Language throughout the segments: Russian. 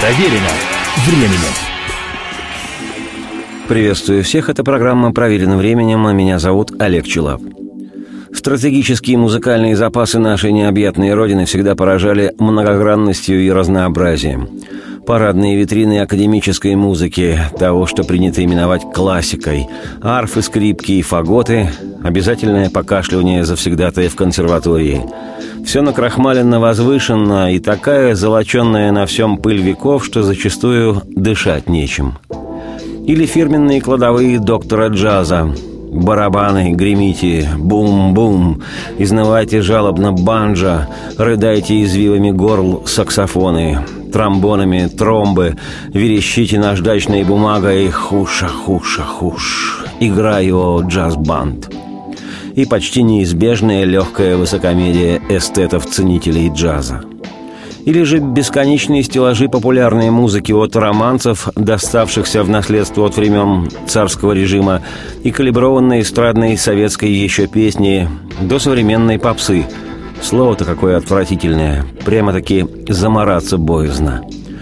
Проверено временем. Приветствую всех, это программа «Проверено временем», а меня зовут Олег Челап. Стратегические музыкальные запасы нашей необъятной родины всегда поражали многогранностью и разнообразием. Парадные витрины академической музыки, того, что принято именовать классикой, арфы, скрипки и фаготы, обязательное покашливание завсегдатая в консерватории. Все накрахмаленно возвышенно и такая золоченная на всем пыль веков, что зачастую дышать нечем. Или фирменные кладовые доктора джаза. Барабаны, гремите, бум-бум, изнывайте жалобно банджо, рыдайте извивами горл саксофоны, тромбонами тромбы, верещите наждачной бумагой хуша-хуша-хуш, играю джаз-банд. И почти неизбежное легкое высокомерие эстетов-ценителей джаза. Или же бесконечные стеллажи популярной музыки от романсов, доставшихся в наследство от времен царского режима, и калиброванной эстрадной советской еще песни до современной попсы. Слово-то какое отвратительное, прямо-таки замораться боязно.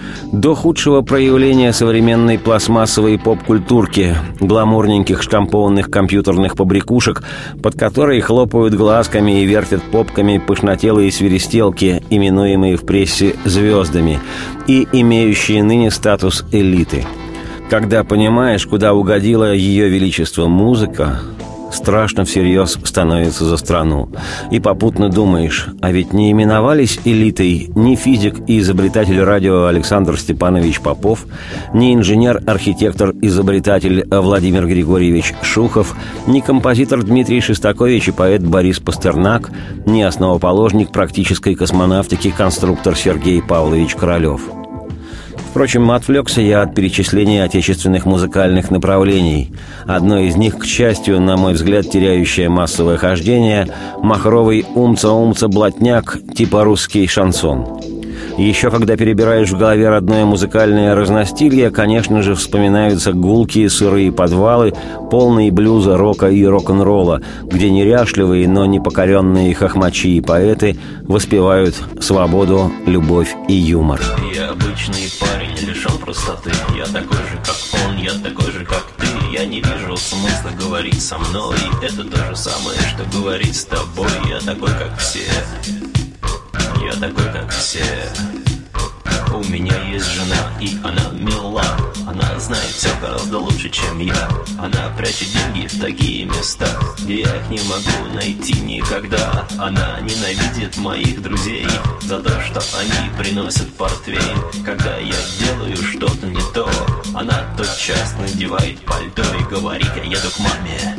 До худшего проявления современной пластмассовой поп-культурки, гламурненьких штампованных компьютерных побрякушек, под которые хлопают глазками и вертят попками пышнотелые свиристелки, именуемые в прессе звездами, и имеющие ныне статус элиты. Когда понимаешь, куда угодила ее величество музыка, страшно всерьез становится за страну. И попутно думаешь, а ведь не именовались элитой ни физик и изобретатель радио Александр Степанович Попов, ни инженер-архитектор-изобретатель Владимир Григорьевич Шухов, ни композитор Дмитрий Шостакович и поэт Борис Пастернак, ни основоположник практической космонавтики конструктор Сергей Павлович Королев. Впрочем, отвлекся я от перечисления отечественных музыкальных направлений. Одно из них, к счастью, на мой взгляд, теряющее массовое хождение, махровый умца-умца-блатняк типа русский шансон. Еще когда перебираешь в голове родное музыкальное разностилье, конечно же, вспоминаются гулкие сырые подвалы, полные блюза, рока и рок-н-ролла, где неряшливые, но непокоренные хохмачи и поэты воспевают свободу, любовь и юмор. Я обычный парень, лишен простоты. Я такой же, как он, я такой же, как ты. Я не вижу смысла говорить со мной. Это то же самое, что говорить с тобой. Я такой, как все. Я такой, как все. У меня есть жена, и она мила. Она знает все гораздо лучше, чем я. Она прячет деньги в такие места, где я их не могу найти никогда. Она ненавидит моих друзей за то, что они приносят портвейн. Когда я делаю что-то не то, она тотчас надевает пальто и говорит: я еду к маме.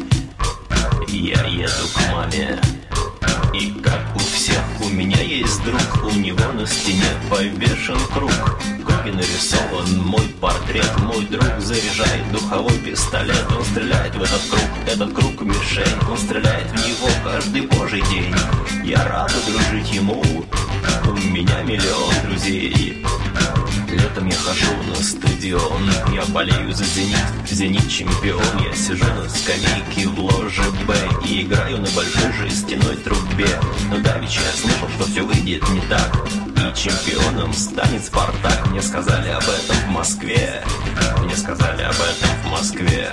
Я еду к маме. И как у всех, у меня есть друг. У него на стене повешен круг. В круге нарисован мой портрет. Мой друг заряжает духовой пистолет. Он стреляет в этот круг мишень. Он стреляет в него каждый божий день. Я рад дружить ему. У меня миллион друзей. Летом я хожу на стадион. Я болею за «Зенит», «Зенит» чемпион. Я сижу на скамейке в ложе «Б» и играю на большой жестяной трубе. Но давеча я слышал, что все выйдет не так, и чемпионом станет «Спартак». Мне сказали об этом в Москве. Мне сказали об этом в Москве.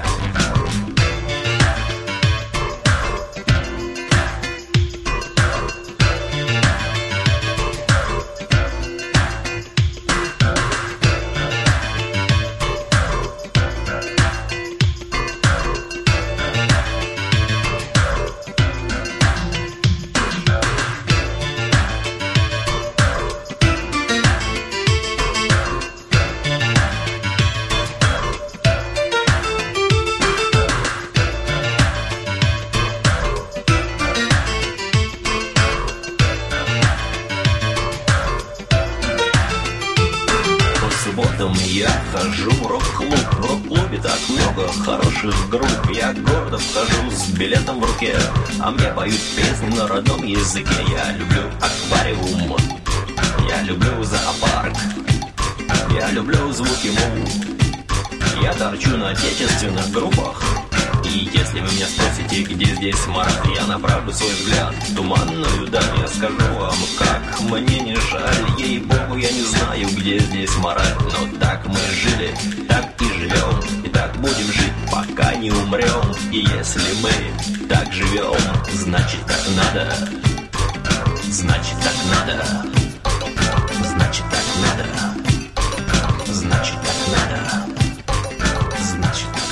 Я хожу в рок-клуб. В рок-клубе так много хороших групп. Я гордо вхожу с билетом в руке, а мне поют песни на родном языке. Я люблю аквариум, я люблю зоопарк, я люблю звуки му. Я торчу на отечественных группах. И если вы меня спросите, где здесь Марат, я направлю свой взгляд в туманную даль. Я скажу вам, как мне не жаль, ей-богу, я не знаю, где здесь мораль? Но так мы жили, так и живем, и так будем жить, пока не умрем. И если мы так живем, значит так надо. Значит так надо. Значит так надо. Значит так надо. Значит так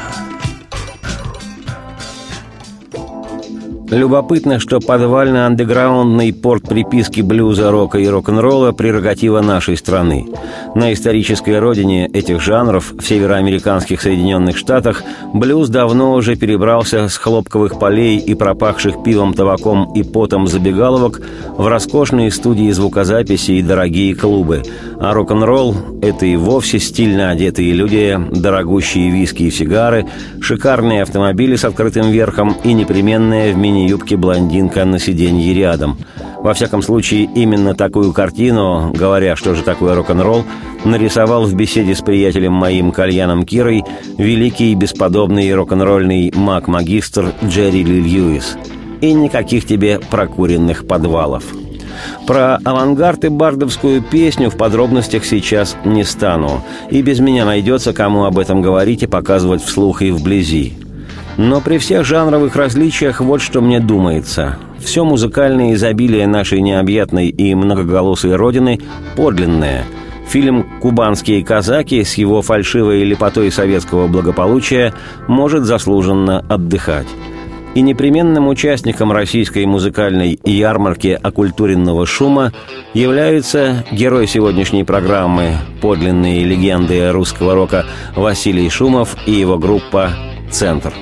надо. Любопытно, что подвально-андеграундный порт приписки блюза, рока и рок-н-ролла – прерогатива нашей страны. На исторической родине этих жанров, в североамериканских Соединенных Штатах, блюз давно уже перебрался с хлопковых полей и пропахших пивом, табаком и потом забегаловок в роскошные студии звукозаписи и дорогие клубы. А рок-н-ролл – это и вовсе стильно одетые люди, дорогущие виски и сигары, шикарные автомобили с открытым верхом и непременная в мини-юбке блондинка на сиденье рядом. Во всяком случае, именно такую картину, говоря, что же такое рок-н-ролл, нарисовал в беседе с приятелем моим Кальяном Кирой великий и бесподобный рок-н-ролльный маг-магистр Джерри Ли Льюис. И никаких тебе прокуренных подвалов. Про авангард и бардовскую песню в подробностях сейчас не стану, и без меня найдется, кому об этом говорить и показывать вслух и вблизи. Но при всех жанровых различиях вот что мне думается. Все музыкальное изобилие нашей необъятной и многоголосой родины подлинное. Фильм «Кубанские казаки» с его фальшивой лепотой советского благополучия может заслуженно отдыхать. И непременным участником российской музыкальной ярмарки оккультуренного шума являются герой сегодняшней программы, подлинные легенды русского рока Василий Шумов и его группа «Центр».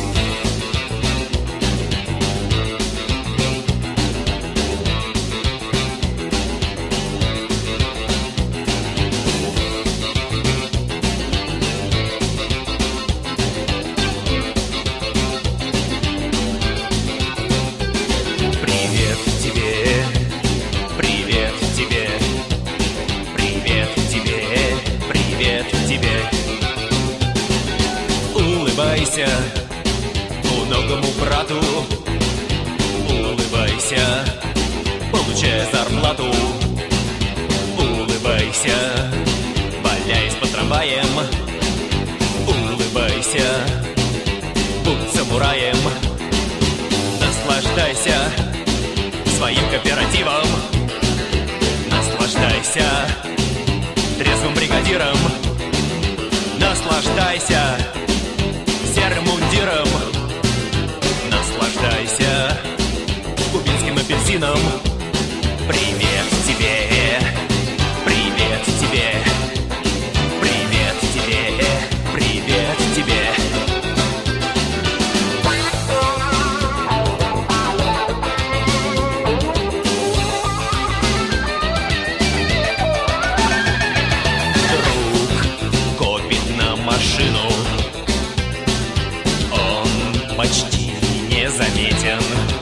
Двуногому брату улыбайся, получая зарплату. Улыбайся, валяясь по трамваям. Улыбайся, будь самураем. Наслаждайся своим кооперативом. Наслаждайся трезвым бригадиром. Наслаждайся серым мундиром. Наслаждайся кубинским апельсином. Привет тебе, привет тебе, привет тебе, привет тебе. Друг копит на машину. Он почти незаметен.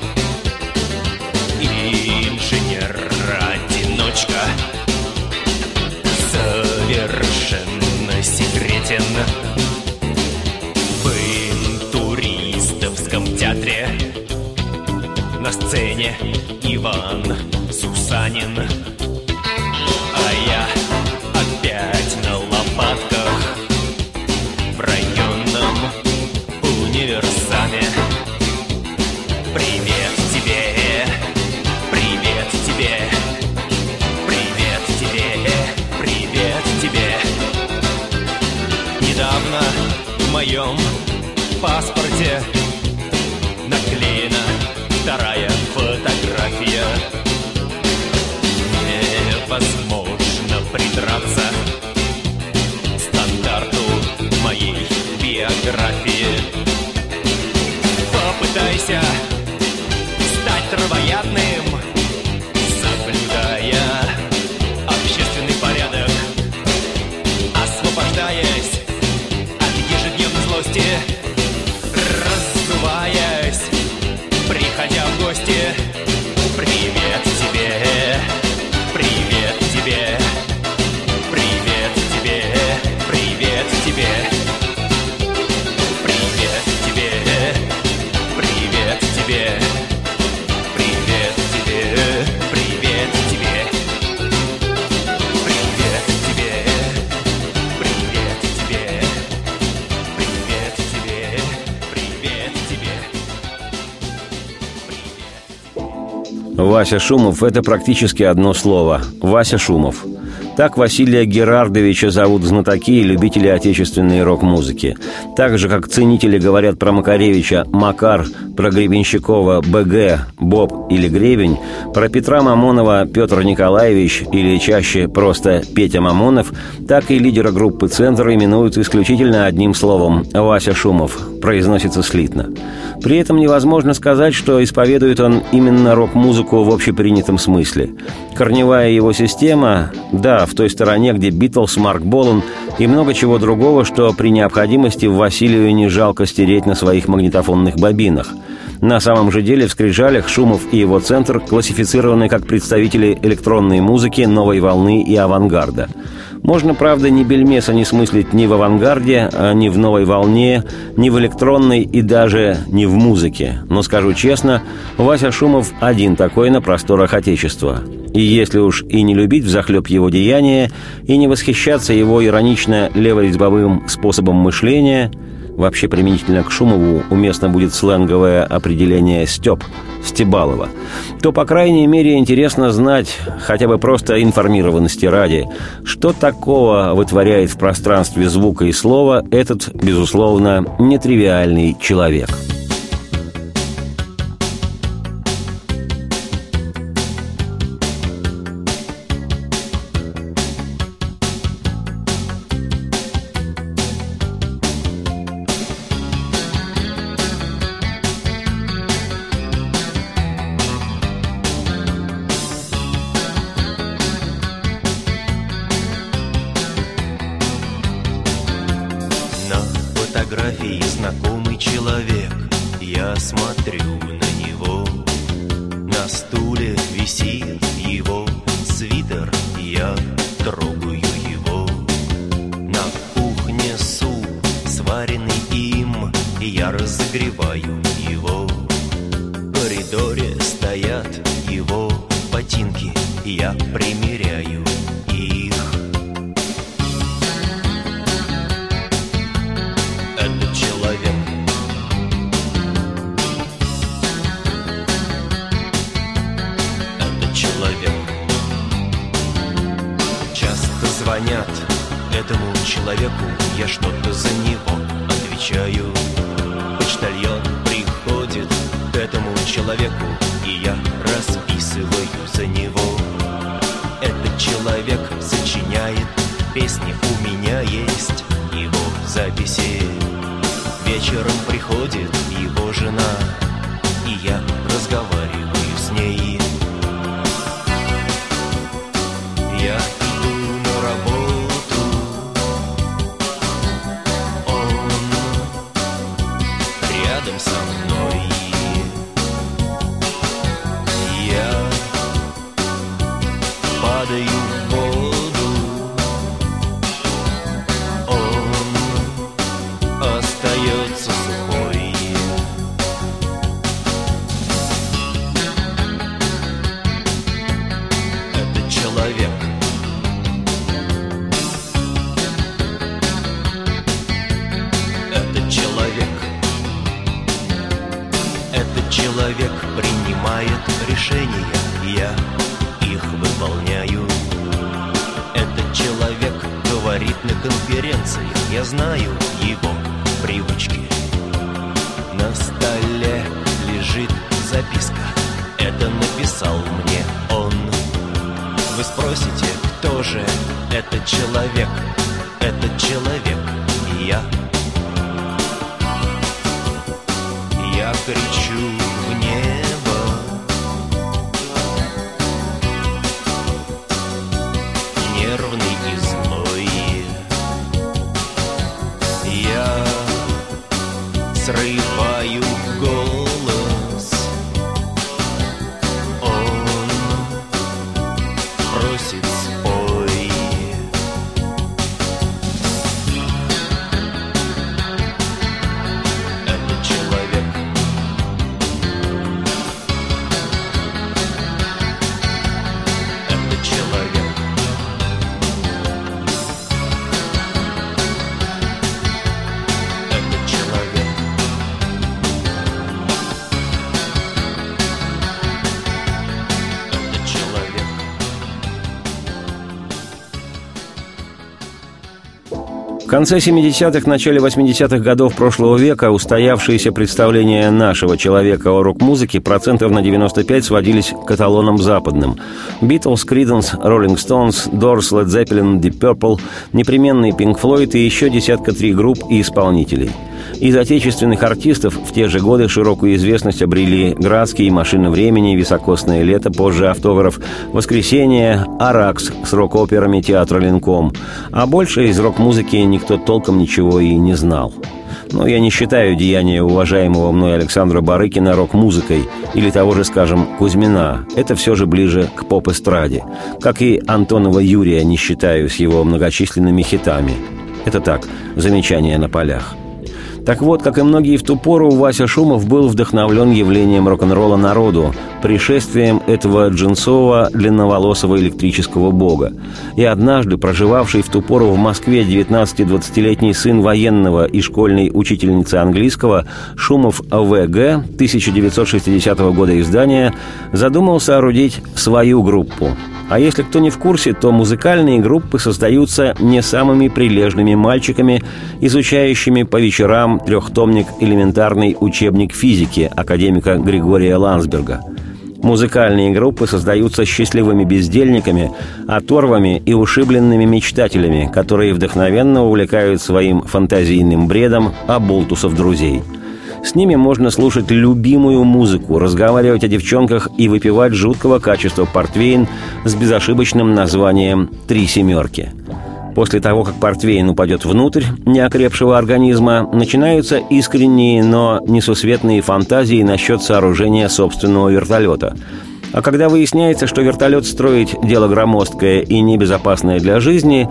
Инженер-одиночка совершенно секретен. В интуристовском театре на сцене Иван Сусанин. А я опять на лопатках в районном универсаме. Привет тебе, привет тебе, привет тебе, привет тебе. Недавно в моем паспорте наклеена вторая фотография. Невозможно придраться к стандарту моей биографии. Попытайся стать травоядным, соблюдая общественный порядок, освобождаясь от ежедневной злости, раздуваясь, приходя в гости. Привет тебе, привет тебе, привет тебе, привет тебе, привет тебе, привет тебе. Вася Шумов – это практически одно слово – Вася Шумов. Так Василия Герардовича зовут знатоки и любители отечественной рок-музыки. Так же, как ценители говорят про Макаревича «Макар», про Гребенщикова «БГ», «Боб» или «Гребень», про Петра Мамонова «Петр Николаевич» или чаще просто «Петя Мамонов», так и лидера группы «Центр» именуют исключительно одним словом – Вася Шумов, произносится слитно. При этом невозможно сказать, что исповедует он именно рок-музыку в общепринятом смысле. Корневая его система, да, в той стороне, где Битлз, Марк Болан и много чего другого, что при необходимости Василию не жалко стереть на своих магнитофонных бобинах. На самом же деле в «Скрижалях» Шумов и его «Центр» классифицированы как представители электронной музыки, новой волны и авангарда. Можно, правда, ни бельмеса не смыслить ни в авангарде, ни в новой волне, ни в электронной и даже не в музыке. Но скажу честно, Вася Шумов один такой на просторах Отечества. И если уж и не любить взахлеб его деяния, и не восхищаться его иронично леворезьбовым способом мышления, вообще применительно к Шумову уместно будет сленговое определение «стёб», «стебалово», то, по крайней мере, интересно знать, хотя бы просто информированности ради, что такого вытворяет в пространстве звука и слова этот, безусловно, нетривиальный человек. Знакомый человек, я смотрю на него. На стуле висит его свитер, я трогаю его. На кухне суп, сваренный им, я разогреваю его. В коридоре стоят его ботинки, я примеряю их. Это человек. Это человек. Часто звонят этому человеку, я что-то за него отвечаю. Почтальон приходит к этому человеку, и я расписываю за него. Этот человек сочиняет песни, у меня есть его записи. Вечером приходит его жена, и я разговариваю с ней. Я иду на работу, он рядом со мной. Я падаю в воду, он остается сухой. Это человек. Это человек. Этот человек принимает решения, я их выполняю. Этот человек говорит на конференциях, я знаю его привычки. На столе лежит записка, это написал мне он. Вы спросите, кто же этот человек? Этот человек я. Я кричу в небо, нервный и злой. Я срываю голос, он просит спой. Это человек. конце 70-х, начале 80-х годов прошлого века устоявшиеся представления нашего человека о рок-музыке процентов на 95 сводились к эталонам западным. Beatles, Creedence, Rolling Stones, Doors, Led Zeppelin, Deep Purple, непременный Pink Floyd и еще десятка 3 групп и исполнителей. Из отечественных артистов в те же годы широкую известность обрели «Градский», «Машина времени», «Високосное лето», позже «Автограф», «Воскресенье», «Аракс» с рок-операми театра «Ленком». А больше из рок-музыки никто толком ничего и не знал. Но я не считаю деяния уважаемого мной Александра Барыкина рок-музыкой или того же, скажем, Кузьмина. Это все же ближе к поп-эстраде. Как и Антонова Юрия не считаю с его многочисленными хитами. Это так, замечание на полях. Так вот, как и многие в ту пору, Вася Шумов был вдохновлен явлением рок-н-ролла народу, пришествием этого джинсового, длинноволосого электрического бога. И однажды проживавший в ту пору в Москве 19-20-летний сын военного и школьной учительницы английского Шумов В.Г. 1960 года издания задумал соорудить свою группу. А если кто не в курсе, то музыкальные группы создаются не самыми прилежными мальчиками, изучающими по вечерам трехтомник «Элементарный учебник физики» академика Григория Ландсберга. Музыкальные группы создаются счастливыми бездельниками, оторвами и ушибленными мечтателями, которые вдохновенно увлекают своим фантазийным бредом оболтусов друзей. С ними можно слушать любимую музыку, разговаривать о девчонках и выпивать жуткого качества портвейн с безошибочным названием «Три семерки». После того, как портвейн упадет внутрь неокрепшего организма, начинаются искренние, но несусветные фантазии насчет сооружения собственного вертолета. А когда выясняется, что вертолет строить дело громоздкое и небезопасное для жизни,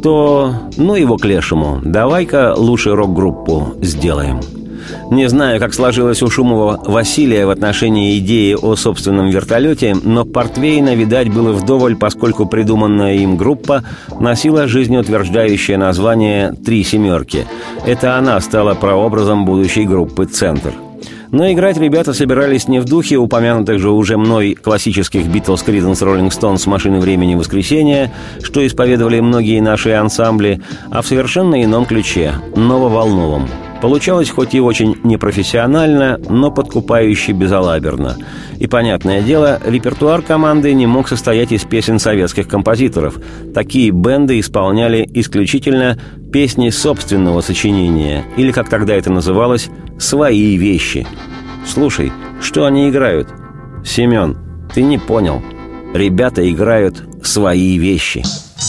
то ну его к лешему, давай-ка лучше рок-группу сделаем. Не знаю, как сложилось у Шумова Василия в отношении идеи о собственном вертолете, но портвейна, видать, было вдоволь, поскольку придуманная им группа носила жизнеутверждающее название «Три семерки». Это она стала прообразом будущей группы «Центр». Но играть ребята собирались не в духе упомянутых же уже мной классических Beatles, Creedence, Rolling Stones, «Машины времени», «Воскресенье», что исповедовали многие наши ансамбли, а в совершенно ином ключе – нововолновом. Получалось хоть и очень непрофессионально, но подкупающе безалаберно. И, понятное дело, репертуар команды не мог состоять из песен советских композиторов. Такие бенды исполняли исключительно песни собственного сочинения, или, как тогда это называлось, «свои вещи». Слушай, что они играют? Семен, ты не понял. Ребята играют свои вещи.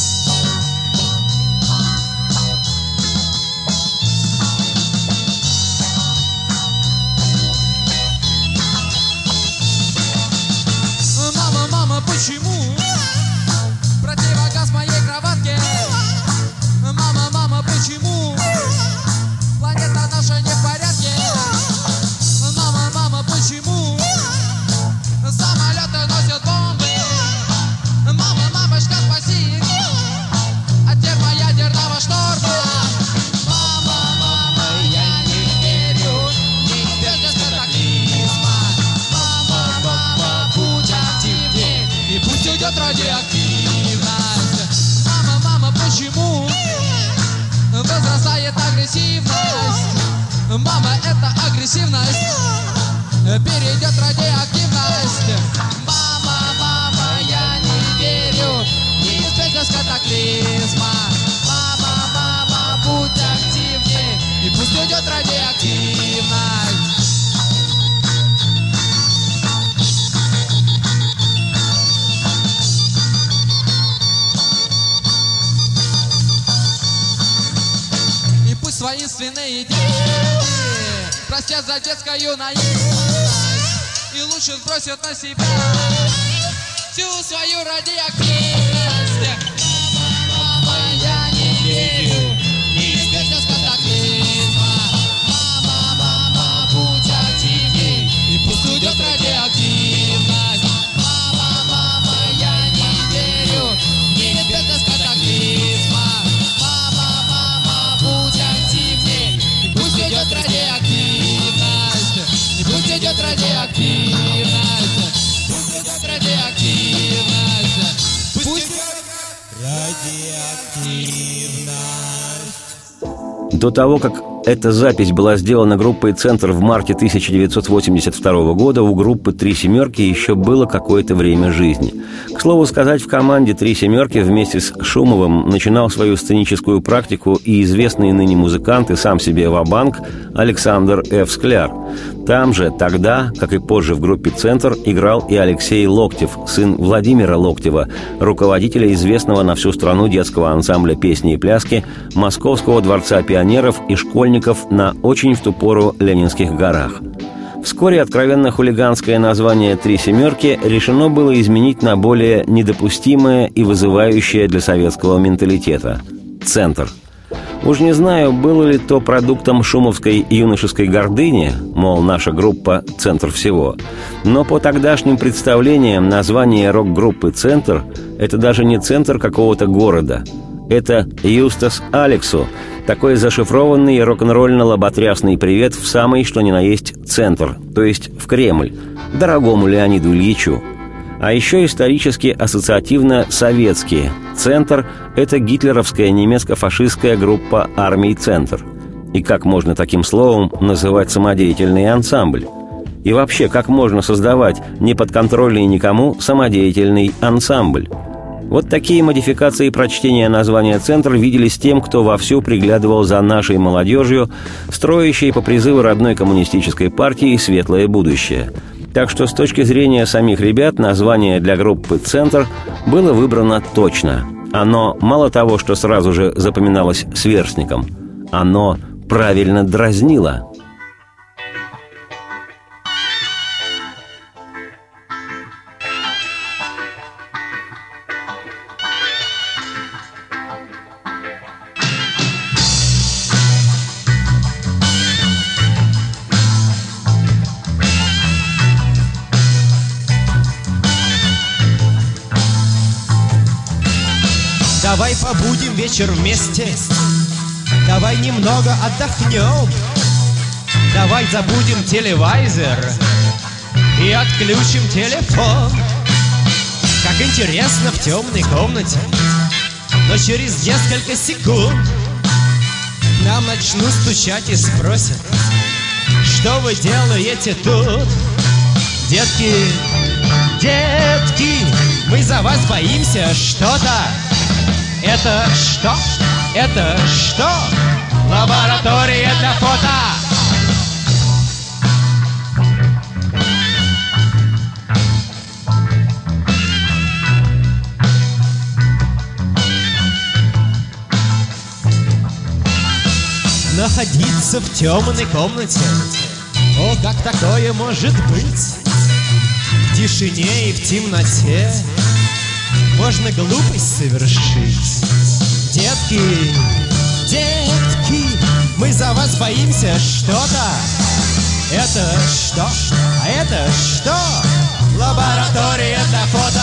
Мама, это агрессивность перейдет радиоактивность. Мама, мама, я не верю, неизбежность катаклизма. Мама, мама, будь активнее, и пусть уйдет радиоактивность. И пусть воинственные идеи простят за детскую наивность и лучше сбросят на себя всю свою радиоактивность. Мама, я не верю, неизбежность катаклизма. Мама, мама, будь активней, и пусть уйдет радиоактивность. Мама, мама, я не верю, неизбежность катаклизма. Мама, мама, будь активней, и пусть уйдет радиоактивность. И пусть идет радиоактивность, пусть идет радиоактивность, До того, как эта запись была сделана группой «Центр» в марте 1982 года, у группы «Три семерки» еще было какое-то время жизни. К слову сказать, в команде «Три семерки» вместе с Шумовым начинал свою сценическую практику и известный ныне музыкант и сам себе ва-банк Александр Ф. Скляр. Там же, тогда, как и позже в группе «Центр», играл и Алексей Локтев, сын Владимира Локтева, руководителя известного на всю страну детского ансамбля песни и пляски Московского дворца пионеров и школьников на очень в ту пору Ленинских горах. Вскоре откровенно хулиганское название «Три семерки» решено было изменить на более недопустимое и вызывающее для советского менталитета – «Центр». Уж не знаю, было ли то продуктом шумовской юношеской гордыни, мол, наша группа – центр всего. Но по тогдашним представлениям название рок-группы «Центр» – это даже не центр какого-то города. Это Юстас Алексу, такой зашифрованный рок-н-ролльно-лоботрясный привет в самый что ни на есть центр, то есть в Кремль, дорогому Леониду Ильичу. А еще исторически ассоциативно советские. «Центр» — это гитлеровская немецко-фашистская группа армий «Центр». И как можно таким словом называть самодеятельный ансамбль? И вообще, как можно создавать неподконтрольный никому самодеятельный ансамбль? Вот такие модификации прочтения названия «Центр» виделись тем, кто вовсю приглядывал за нашей молодежью, строящей по призыву родной коммунистической партии светлое будущее. Так что с точки зрения самих ребят название для группы «Центр» было выбрано точно. Оно мало того, что сразу же запоминалось сверстникам, оно правильно дразнило. Давай побудем вечер вместе, давай немного отдохнем, давай забудем телевизор и отключим телефон. Как интересно в темной комнате, но через несколько секунд нам начнут стучать и спросят: что вы делаете тут? Детки, детки, мы за вас боимся что-то. Это что? Это что? Лаборатория для фото. Находиться в темной комнате, о, как такое может быть? В тишине и в темноте можно глупость совершить. Детки, детки, мы за вас боимся что-то. Это что? А это что? Лаборатория для фото.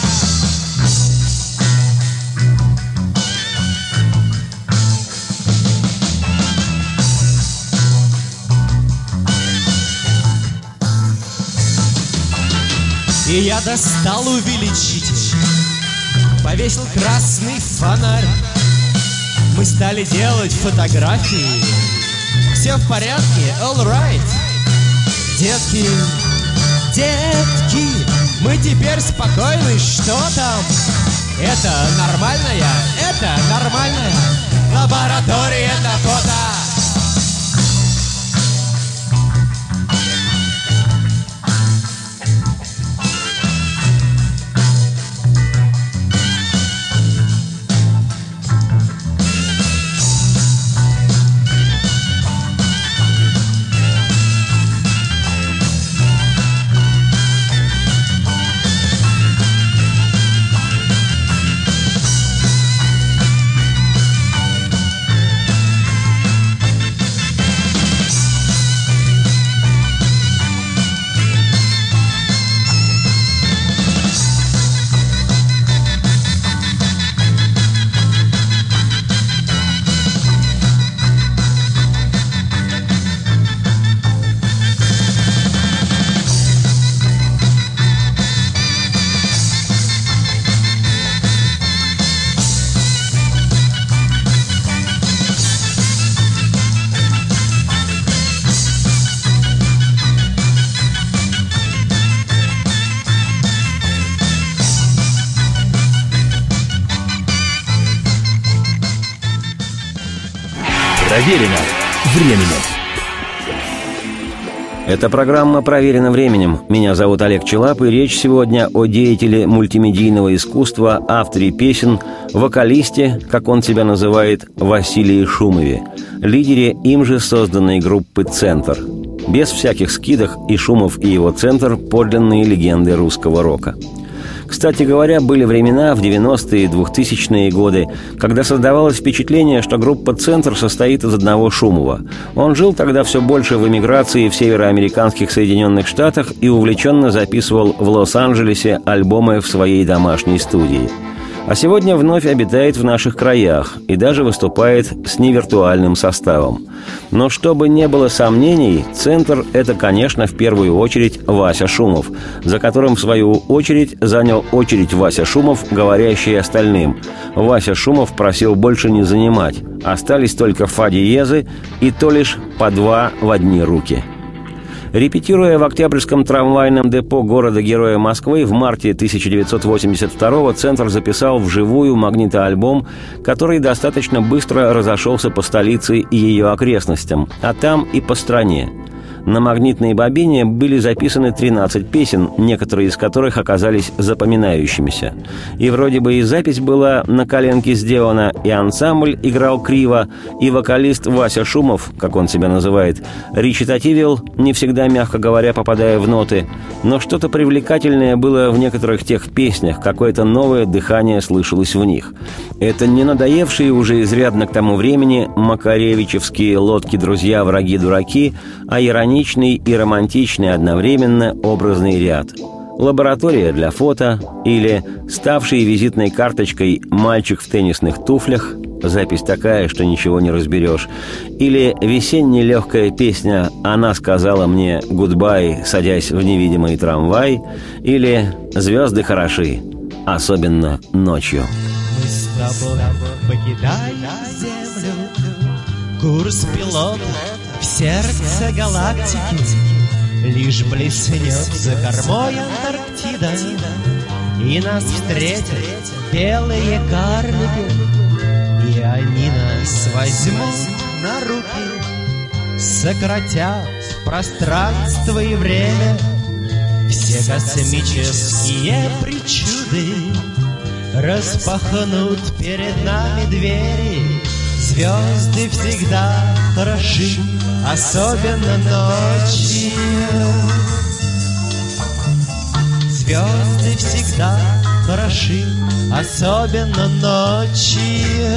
И я достал увеличитель, повесил красный фонарь. Мы стали делать фотографии. Все в порядке, all right. Детки, детки, мы теперь спокойны, что там? Это нормальная лаборатория для фото. Проверено временем. Эта программа «Проверена временем». Меня зовут Олег Челап, и речь сегодня о деятеле мультимедийного искусства, авторе песен, вокалисте, как он себя называет, Василии Шумове, лидере им же созданной группы «Центр». Без всяких скидок и Шумов, и его «Центр» – подлинные легенды русского рока. Кстати говоря, были времена в 90-е и 2000-е годы, когда создавалось впечатление, что группа «Центр» состоит из одного Шумова. Он жил тогда все больше в эмиграции в североамериканских Соединенных Штатах и увлеченно записывал в Лос-Анджелесе альбомы в своей домашней студии. А сегодня вновь обитает в наших краях и даже выступает с невиртуальным составом. Но чтобы не было сомнений, «Центр» — это, конечно, в первую очередь Вася Шумов, за которым, в свою очередь, занял очередь Вася Шумов, говорящий остальным. Вася Шумов просил больше не занимать. Остались только фа-диезы, и то лишь по два в одни руки. Репетируя в Октябрьском трамвайном депо города-героя Москвы в марте 1982-го, «Центр» записал вживую магнитоальбом, который достаточно быстро разошелся по столице и ее окрестностям, а там и по стране. На магнитной бобине были записаны 13 песен, некоторые из которых оказались запоминающимися. И вроде бы и запись была на коленке сделана, и ансамбль играл криво, и вокалист Вася Шумов, как он себя называет, речитативил, не всегда, мягко говоря, попадая в ноты. Но что-то привлекательное было в некоторых тех песнях, какое-то новое дыхание слышалось в них. Это не надоевшие уже изрядно к тому времени макаревичевские лодки-друзья, враги-дураки, а ироничный и романтичный одновременно образный ряд. «Лаборатория для фото» или «Ставший визитной карточкой мальчик в теннисных туфлях», запись такая, что ничего не разберешь, или весенняя легкая песня «Она сказала мне гудбай, садясь в невидимый трамвай», или «Звезды хороши, особенно ночью». Мы с тобой покидаем землю, курс пилота в сердце галактики. Лишь блеснет за кормой Антарктида, и нас встретят белые карлики, и они нас возьмут на руки, сократят пространство и время, все космические причуды, распахнут перед нами двери. Звезды всегда хороши, особенно ночью. Звезды всегда хороши, особенно ночью.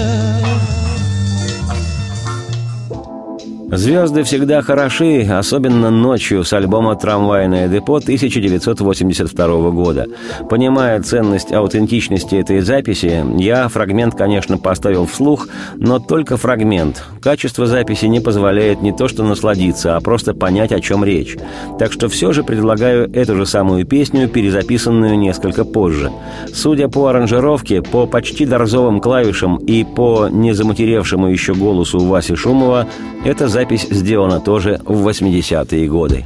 «Звезды всегда хороши, особенно ночью» с альбома «Трамвайное депо» 1982 года. Понимая ценность аутентичности этой записи, я фрагмент, конечно, поставил вслух, но только фрагмент. Качество записи не позволяет не то что насладиться, а просто понять, о чем речь. Так что все же предлагаю эту же самую песню, перезаписанную несколько позже. Судя по аранжировке, по почти дорзовым клавишам и по незаматеревшему еще голосу Васи Шумова, эта запись сделана тоже в 80-е годы.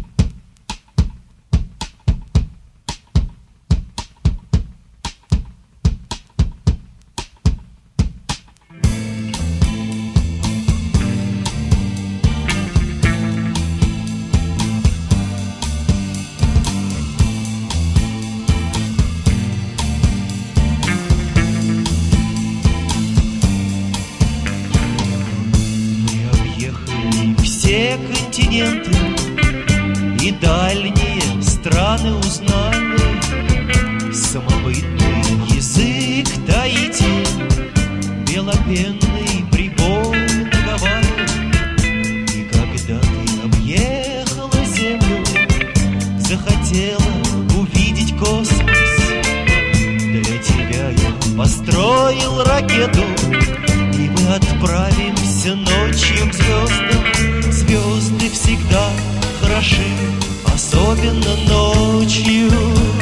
Все континенты и дальние страны узнали, самобытный язык Таити, белопенный прибой наговаривал. И когда ты объехала землю, захотела увидеть космос, для тебя я построил ракету, и мы отправимся ночью к звездам. Звезды всегда хороши, особенно ночью.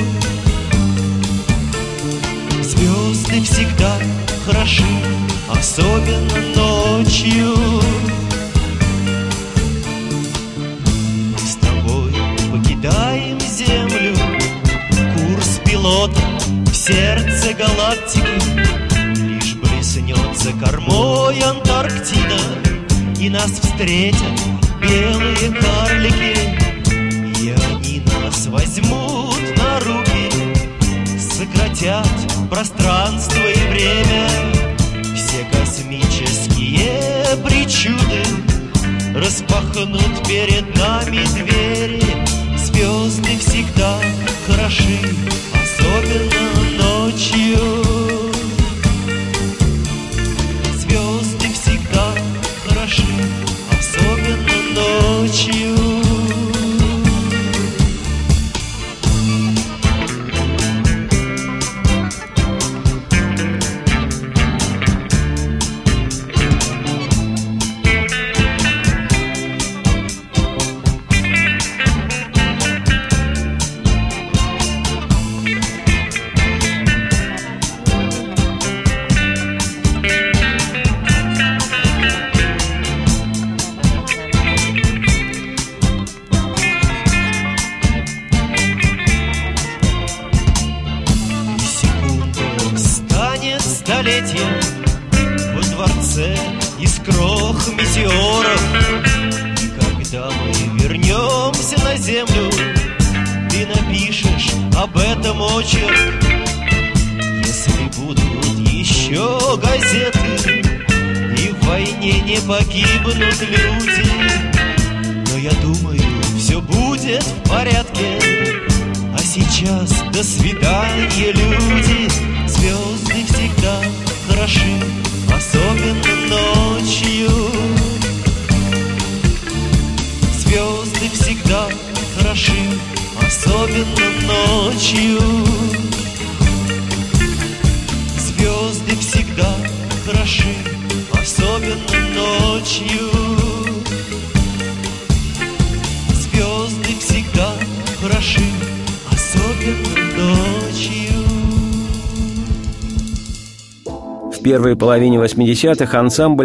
Звезды всегда хороши, особенно ночью. Мы с тобой покидаем Землю, курс пилота в сердце галактики. Лишь блеснет за кормой Антарктида, и нас встретят белые карлики, и они нас возьмут на руки, сократят пространство и время. Все космические причуды распахнут перед нами двери. Звезды всегда хороши, особенно ночью. Звезды всегда хороши, особенно ночью. Во дворце из крох метеоров. И когда мы вернемся на землю, ты напишешь об этом очерк. Если будут еще газеты и в войне не погибнут люди, но я думаю, все будет в порядке. А сейчас до свидания, люди. Звезды всегда хороши, особенно ночью. Звезды всегда хороши, особенно ночью. Звезды всегда хороши, особенно ночью. Звезды всегда хороши, особенно ночью. В первой половине 80-х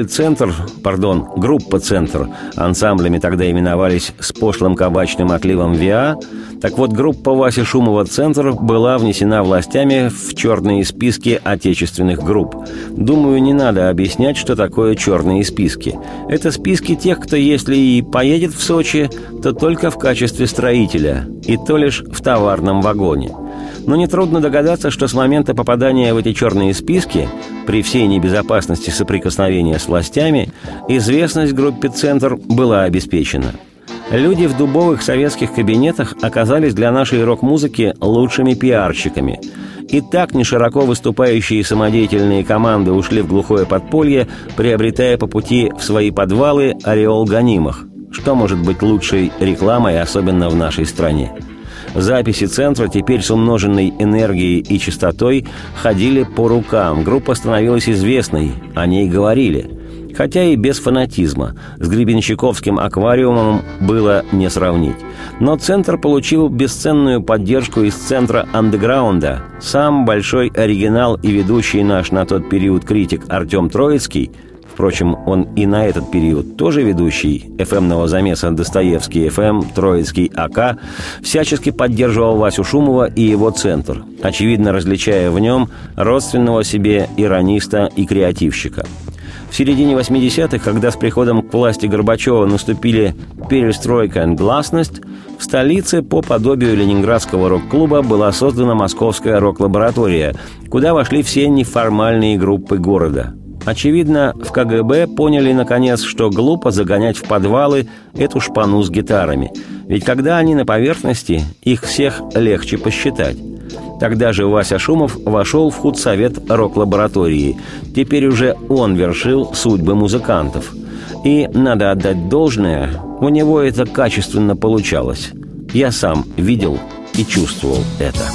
группа «Центр», ансамблями тогда именовались с пошлым кабачным отливом ВИА, так вот группа Васи Шумова «Центр» была внесена властями в черные списки отечественных групп. Думаю, не надо объяснять, что такое черные списки. Это списки тех, кто, если и поедет в Сочи, то только в качестве строителя, и то лишь в товарном вагоне. Но нетрудно догадаться, что с момента попадания в эти черные списки, при всей небезопасности соприкосновения с властями, известность группе «Центр» была обеспечена. Люди в дубовых советских кабинетах оказались для нашей рок-музыки лучшими пиарщиками. И так нешироко выступающие самодеятельные команды ушли в глухое подполье, приобретая по пути в свои подвалы ореол гонимых. Что может быть лучшей рекламой, особенно в нашей стране? Записи «Центра» теперь с умноженной энергией и частотой ходили по рукам. Группа становилась известной, о ней говорили. Хотя и без фанатизма. С гребенщиковским аквариумом было не сравнить. Но «Центр» получил бесценную поддержку из центра андеграунда. Сам большой оригинал и ведущий наш на тот период критик Артем Троицкий, впрочем, он и на этот период тоже ведущий ФМ-ного замеса «Достоевский ФМ», «Троицкий АК», всячески поддерживал Васю Шумова и его «Центр», очевидно различая в нем родственного себе ирониста и креативщика. В середине 80-х, когда с приходом к власти Горбачева наступили перестройка и гласность, в столице по подобию ленинградского рок-клуба была создана московская рок-лаборатория, куда вошли все неформальные группы города. Очевидно, в КГБ поняли, наконец, что глупо загонять в подвалы эту шпану с гитарами. Ведь когда они на поверхности, их всех легче посчитать. Тогда же Вася Шумов вошел в худсовет рок-лаборатории. Теперь уже он вершил судьбы музыкантов. И, надо отдать должное, у него это качественно получалось. Я сам видел и чувствовал это.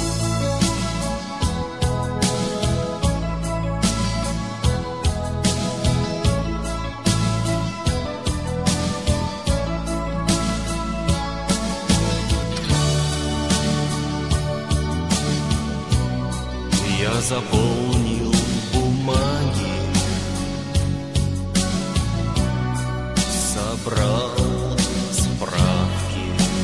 Заполнил бумаги, собрал справки,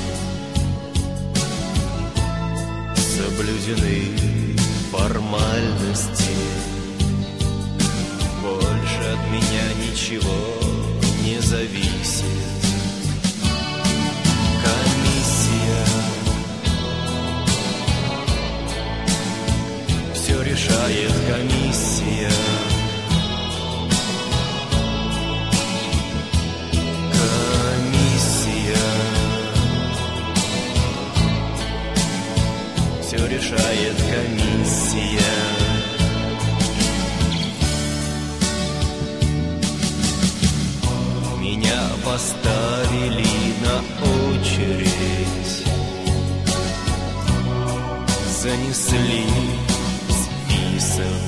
соблюдены формальности. Больше от меня ничего не зависит. комиссия. Комиссия. Все решает комиссия. Меня поставили на очередь, занесли список,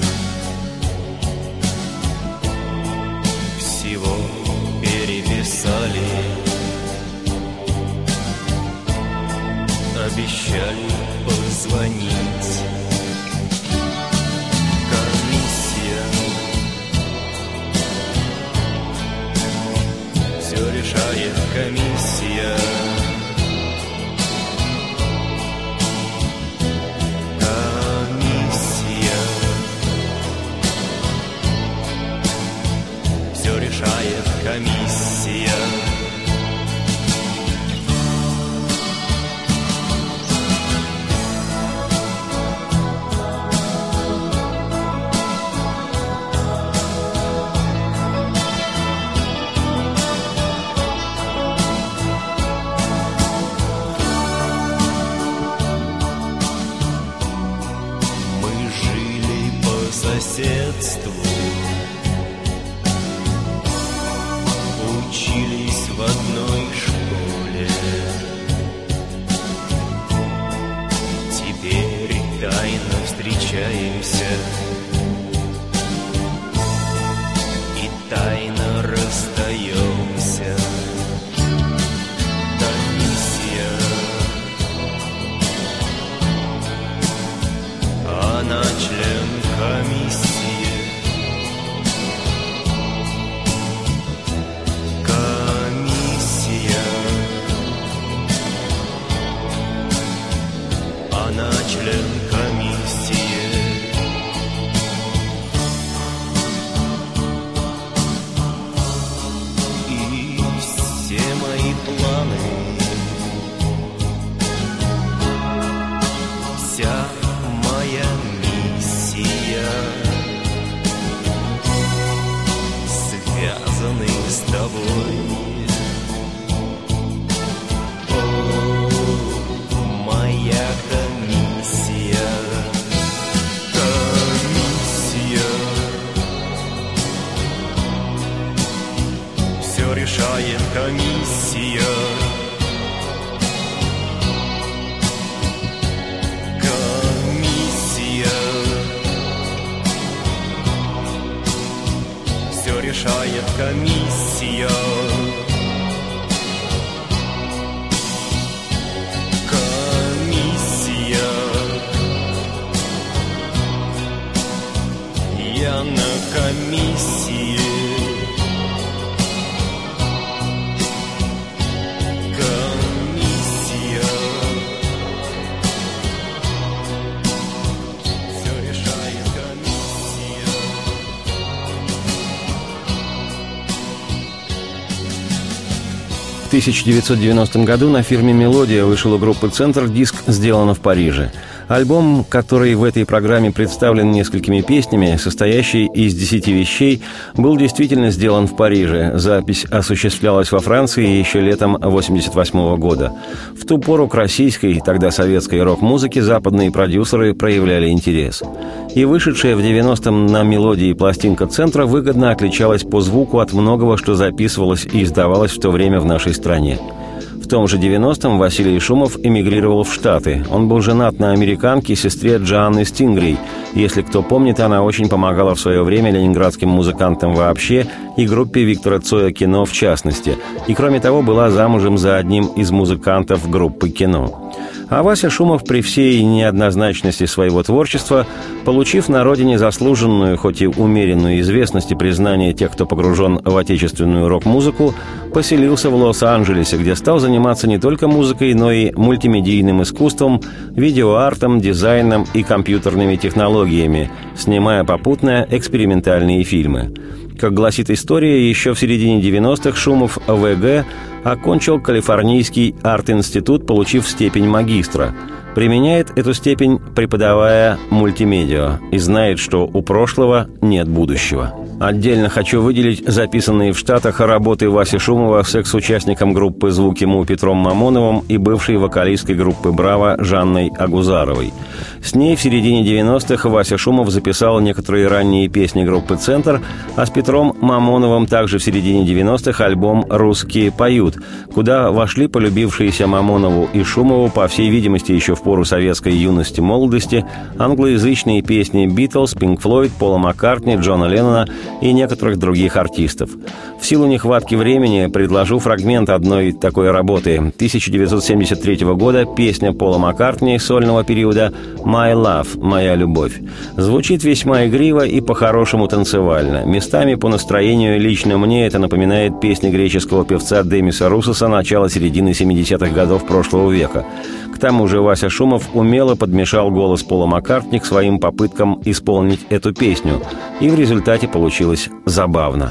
всего переписали, обещали позвонить. Комиссия. Все решает комиссия. Комиссия. Все решает комиссия. Соседству учились в одной школе. Теперь тайно встречаемся и тайно расстаемся. Комиссия. Она член комиссии. Комиссия. Она член комиссии. И все мои планы, вся моя миссия связаны с тобой. О, моя комиссия. Комиссия. Все решает комиссия. Решает комиссия. Комиссия. Я на комиссии. Комиссия. Все решает комиссия. В 1990 году на фирме «Мелодия» вышел у группы «Центр» диск «Сделано в Париже». Альбом, который в этой программе представлен несколькими песнями, состоящий из 10 вещей, был действительно сделан в Париже. Запись осуществлялась во Франции еще летом 1988 года. В ту пору к российской, тогда советской рок-музыке западные продюсеры проявляли интерес. И вышедшая в 90-м на «Мелодии» пластинка «Центра» выгодно отличалась по звуку от многого, что записывалось и издавалось в то время в нашей стране. В том же 90-м Василий Шумов эмигрировал в Штаты. Он был женат на американке, сестре Джоанны Стингрей. Если кто помнит, она очень помогала в свое время ленинградским музыкантам вообще и группе Виктора Цоя «Кино» в частности. И, кроме того, была замужем за одним из музыкантов группы «Кино». А Вася Шумов при всей неоднозначности своего творчества, получив на родине заслуженную, хоть и умеренную известность и признание тех, кто погружен в отечественную рок-музыку, поселился в Лос-Анджелесе, где стал заниматься не только музыкой, но и мультимедийным искусством, видеоартом, дизайном и компьютерными технологиями, снимая попутно экспериментальные фильмы. Как гласит история, еще в середине 90-х Шумов ВГ окончил Калифорнийский арт-институт, получив степень магистра. Применяет эту степень, преподавая мультимедиа, и знает, что у прошлого нет будущего. Отдельно хочу выделить записанные в Штатах работы Васи Шумова с экс-участником группы «Звуки Му» Петром Мамоновым и бывшей вокалисткой группы «Браво» Жанной Агузаровой. С ней в середине 90-х Вася Шумов записал некоторые ранние песни группы «Центр», а с Петром Мамоновым также в середине 90-х альбом «Русские поют», куда вошли полюбившиеся Мамонову и Шумову, по всей видимости, еще в пору советской юности-молодости, англоязычные песни «Битлз», «Пинк Флойд», Пола Маккартни, Джона Леннона и некоторых других артистов. В силу нехватки времени предложу фрагмент одной такой работы 1973 года, песня Пола Маккартни сольного периода «My Love» – «Моя любовь». Звучит весьма игриво и по-хорошему танцевально. Местами по настроению лично мне это напоминает песни греческого певца Демиса Русоса начала-середины 70-х годов прошлого века. К тому же Вася Шумов умело подмешал голос Пола Маккартни к своим попыткам исполнить эту песню, и в результате получилось забавно.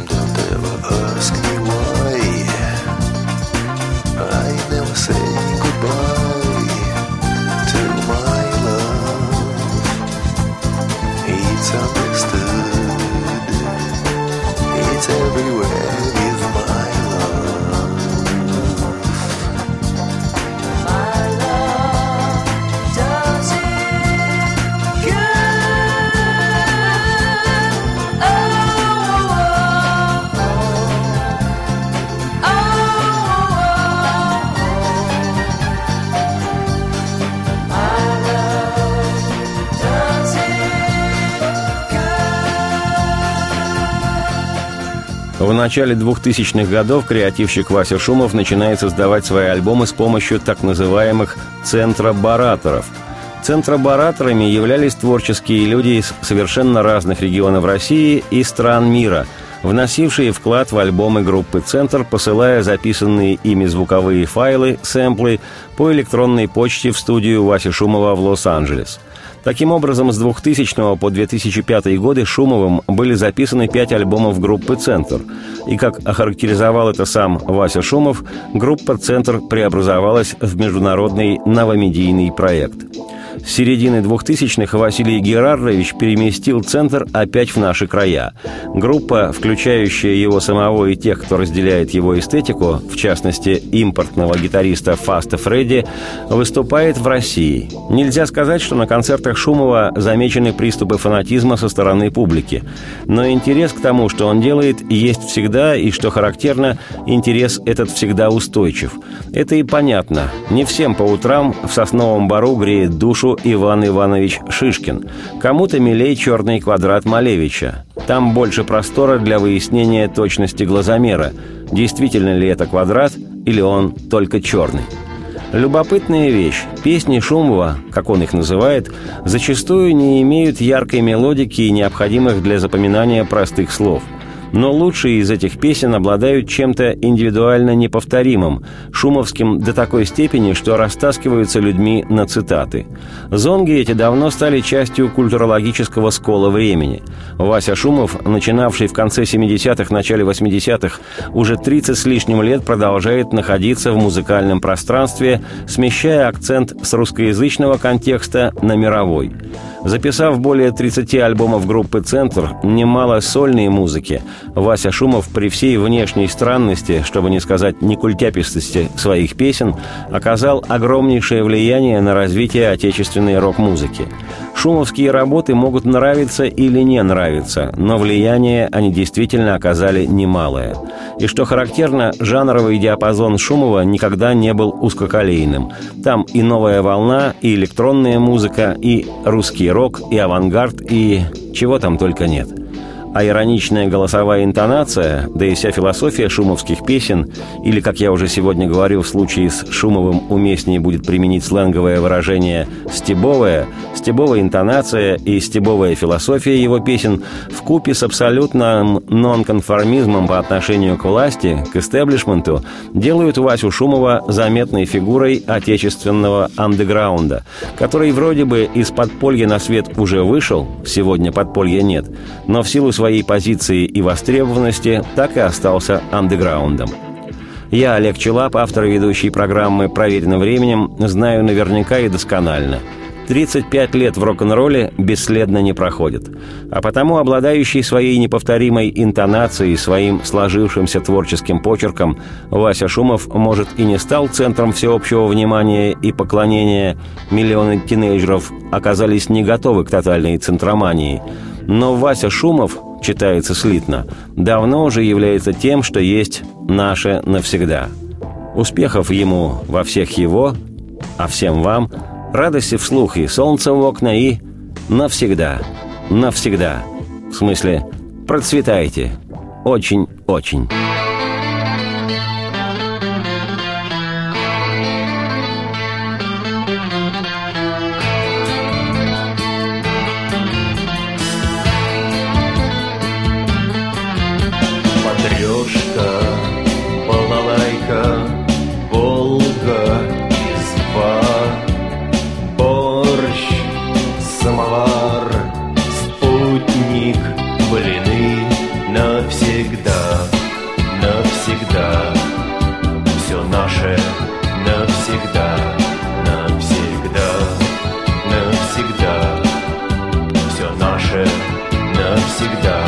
В начале 2000-х годов креативщик Вася Шумов начинает создавать свои альбомы с помощью так называемых «центробараторов». Центробараторами являлись творческие люди из совершенно разных регионов России и стран мира, вносившие вклад в альбомы группы «Центр», посылая записанные ими звуковые файлы, сэмплы по электронной почте в студию Васи Шумова в Лос-Анджелес. Таким образом, с 2000 по 2005 годы Шумовым были записаны 5 альбомов группы «Центр». И, как охарактеризовал это сам Вася Шумов, группа «Центр» преобразовалась в международный новомедийный проект. С середины 2000-х Василий Герардович переместил «Центр» опять в наши края. Группа, включающая его самого и тех, кто разделяет его эстетику, в частности, импортного гитариста Фаста Фредди, выступает в России. Нельзя сказать, что на концертах Шумова замечены приступы фанатизма со стороны публики. Но интерес к тому, что он делает, есть всегда, и, что характерно, интерес этот всегда устойчив. Это и понятно. Не всем по утрам в Сосновом Бору греет душу Иван Иванович Шишкин. Кому-то милей «Черный квадрат» Малевича. Там больше простора для выяснения точности глазомера. Действительно ли это квадрат, или он только черный? Любопытная вещь. Песни Шумова, как он их называет, зачастую не имеют яркой мелодики и необходимых для запоминания простых слов. Но лучшие из этих песен обладают чем-то индивидуально неповторимым, шумовским до такой степени, что растаскиваются людьми на цитаты. Зонги эти давно стали частью культурологического скола времени. Вася Шумов, начинавший в конце 70-х, начале 80-х, уже 30 с лишним лет продолжает находиться в музыкальном пространстве, смещая акцент с русскоязычного контекста на мировой. Записав более 30 альбомов группы «Центр», немало сольной музыки, Вася Шумов при всей внешней странности, чтобы не сказать некультяпистости своих песен, оказал огромнейшее влияние на развитие отечественной рок-музыки. Шумовские работы могут нравиться или не нравиться, но влияние они действительно оказали немалое. И что характерно, жанровый диапазон Шумова никогда не был узкоколейным. Там и новая волна, и электронная музыка, и русский рок, и авангард, и чего там только нет. А ироничная голосовая интонация, да и вся философия шумовских песен, или, как я уже сегодня говорил, в случае с Шумовым уместнее будет применить сленговое выражение «стебовая», стебовая интонация и стебовая философия его песен вкупе с абсолютным нонконформизмом по отношению к власти, к истеблишменту, делают Васю Шумова заметной фигурой отечественного андеграунда, который вроде бы из подполья на свет уже вышел, сегодня подполья нет, но в силу своей позиции и востребованности так и остался андеграундом. Я, Олег Челап, автор и ведущий программы «Проверено временем», знаю наверняка и досконально. 35 лет в рок-н-ролле бесследно не проходит. А потому обладающий своей неповторимой интонацией, своим сложившимся творческим почерком, Вася Шумов, может, и не стал центром всеобщего внимания и поклонения. Миллионы тинейджеров оказались не готовы к тотальной центромании. Но Вася Шумов, читается слитно, давно уже является тем, что есть наше навсегда. Успехов ему во всех его, а всем вам – радости вслух и солнца в окна, и навсегда, навсегда. В смысле, процветайте. Очень-очень. Матрешка, балалайка, Волга, изба, борщ, самовар, спутник, блины, навсегда, навсегда, все наше навсегда, навсегда, навсегда, все наше навсегда.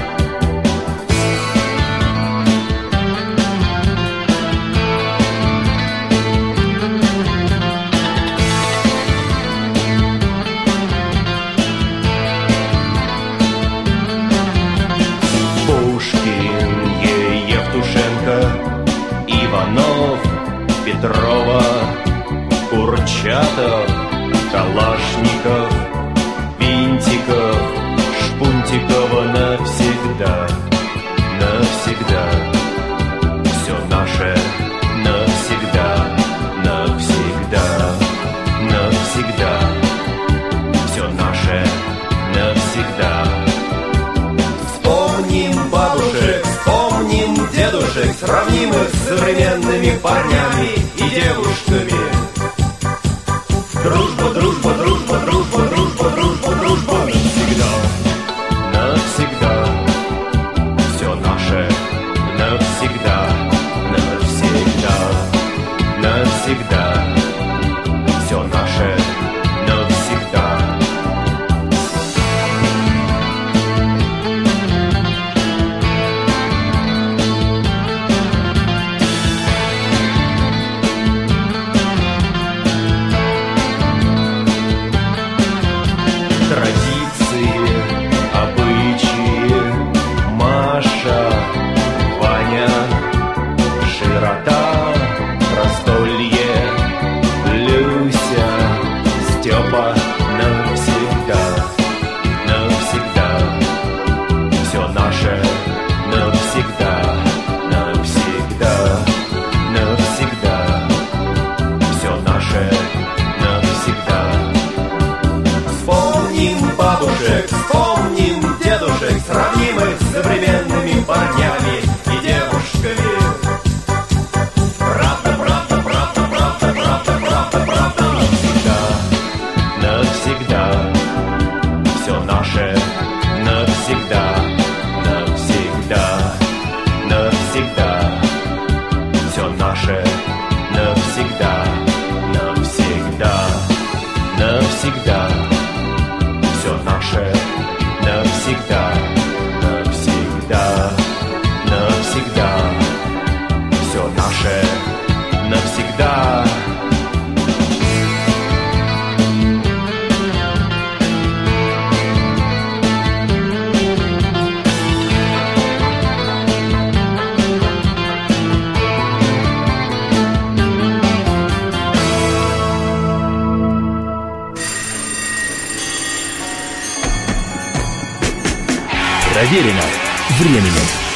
Иванов, Петрова, Курчатов, Калашников, Винтиков, Шпунтикова навсегда, навсегда, все наше навсегда, навсегда, навсегда, все наше навсегда. Вспомним бабушек, вспомним дедушек, сравним их с современными парнями и девушками. Дружба, дружба, дружба, дружба, дружба, дружба, дружба. Навсегда, навсегда, все наше навсегда, навсегда, навсегда, все наше навсегда. Вспомним дедушек, сравним их с современными парнями и девушками. Правда, правда, правда, правда, правда, правда, правда. Навсегда, навсегда, все наше навсегда, навсегда, навсегда, все наше навсегда, навсегда, навсегда. Все наше навсегда, навсегда, навсегда. Все наше навсегда. Проверено временем.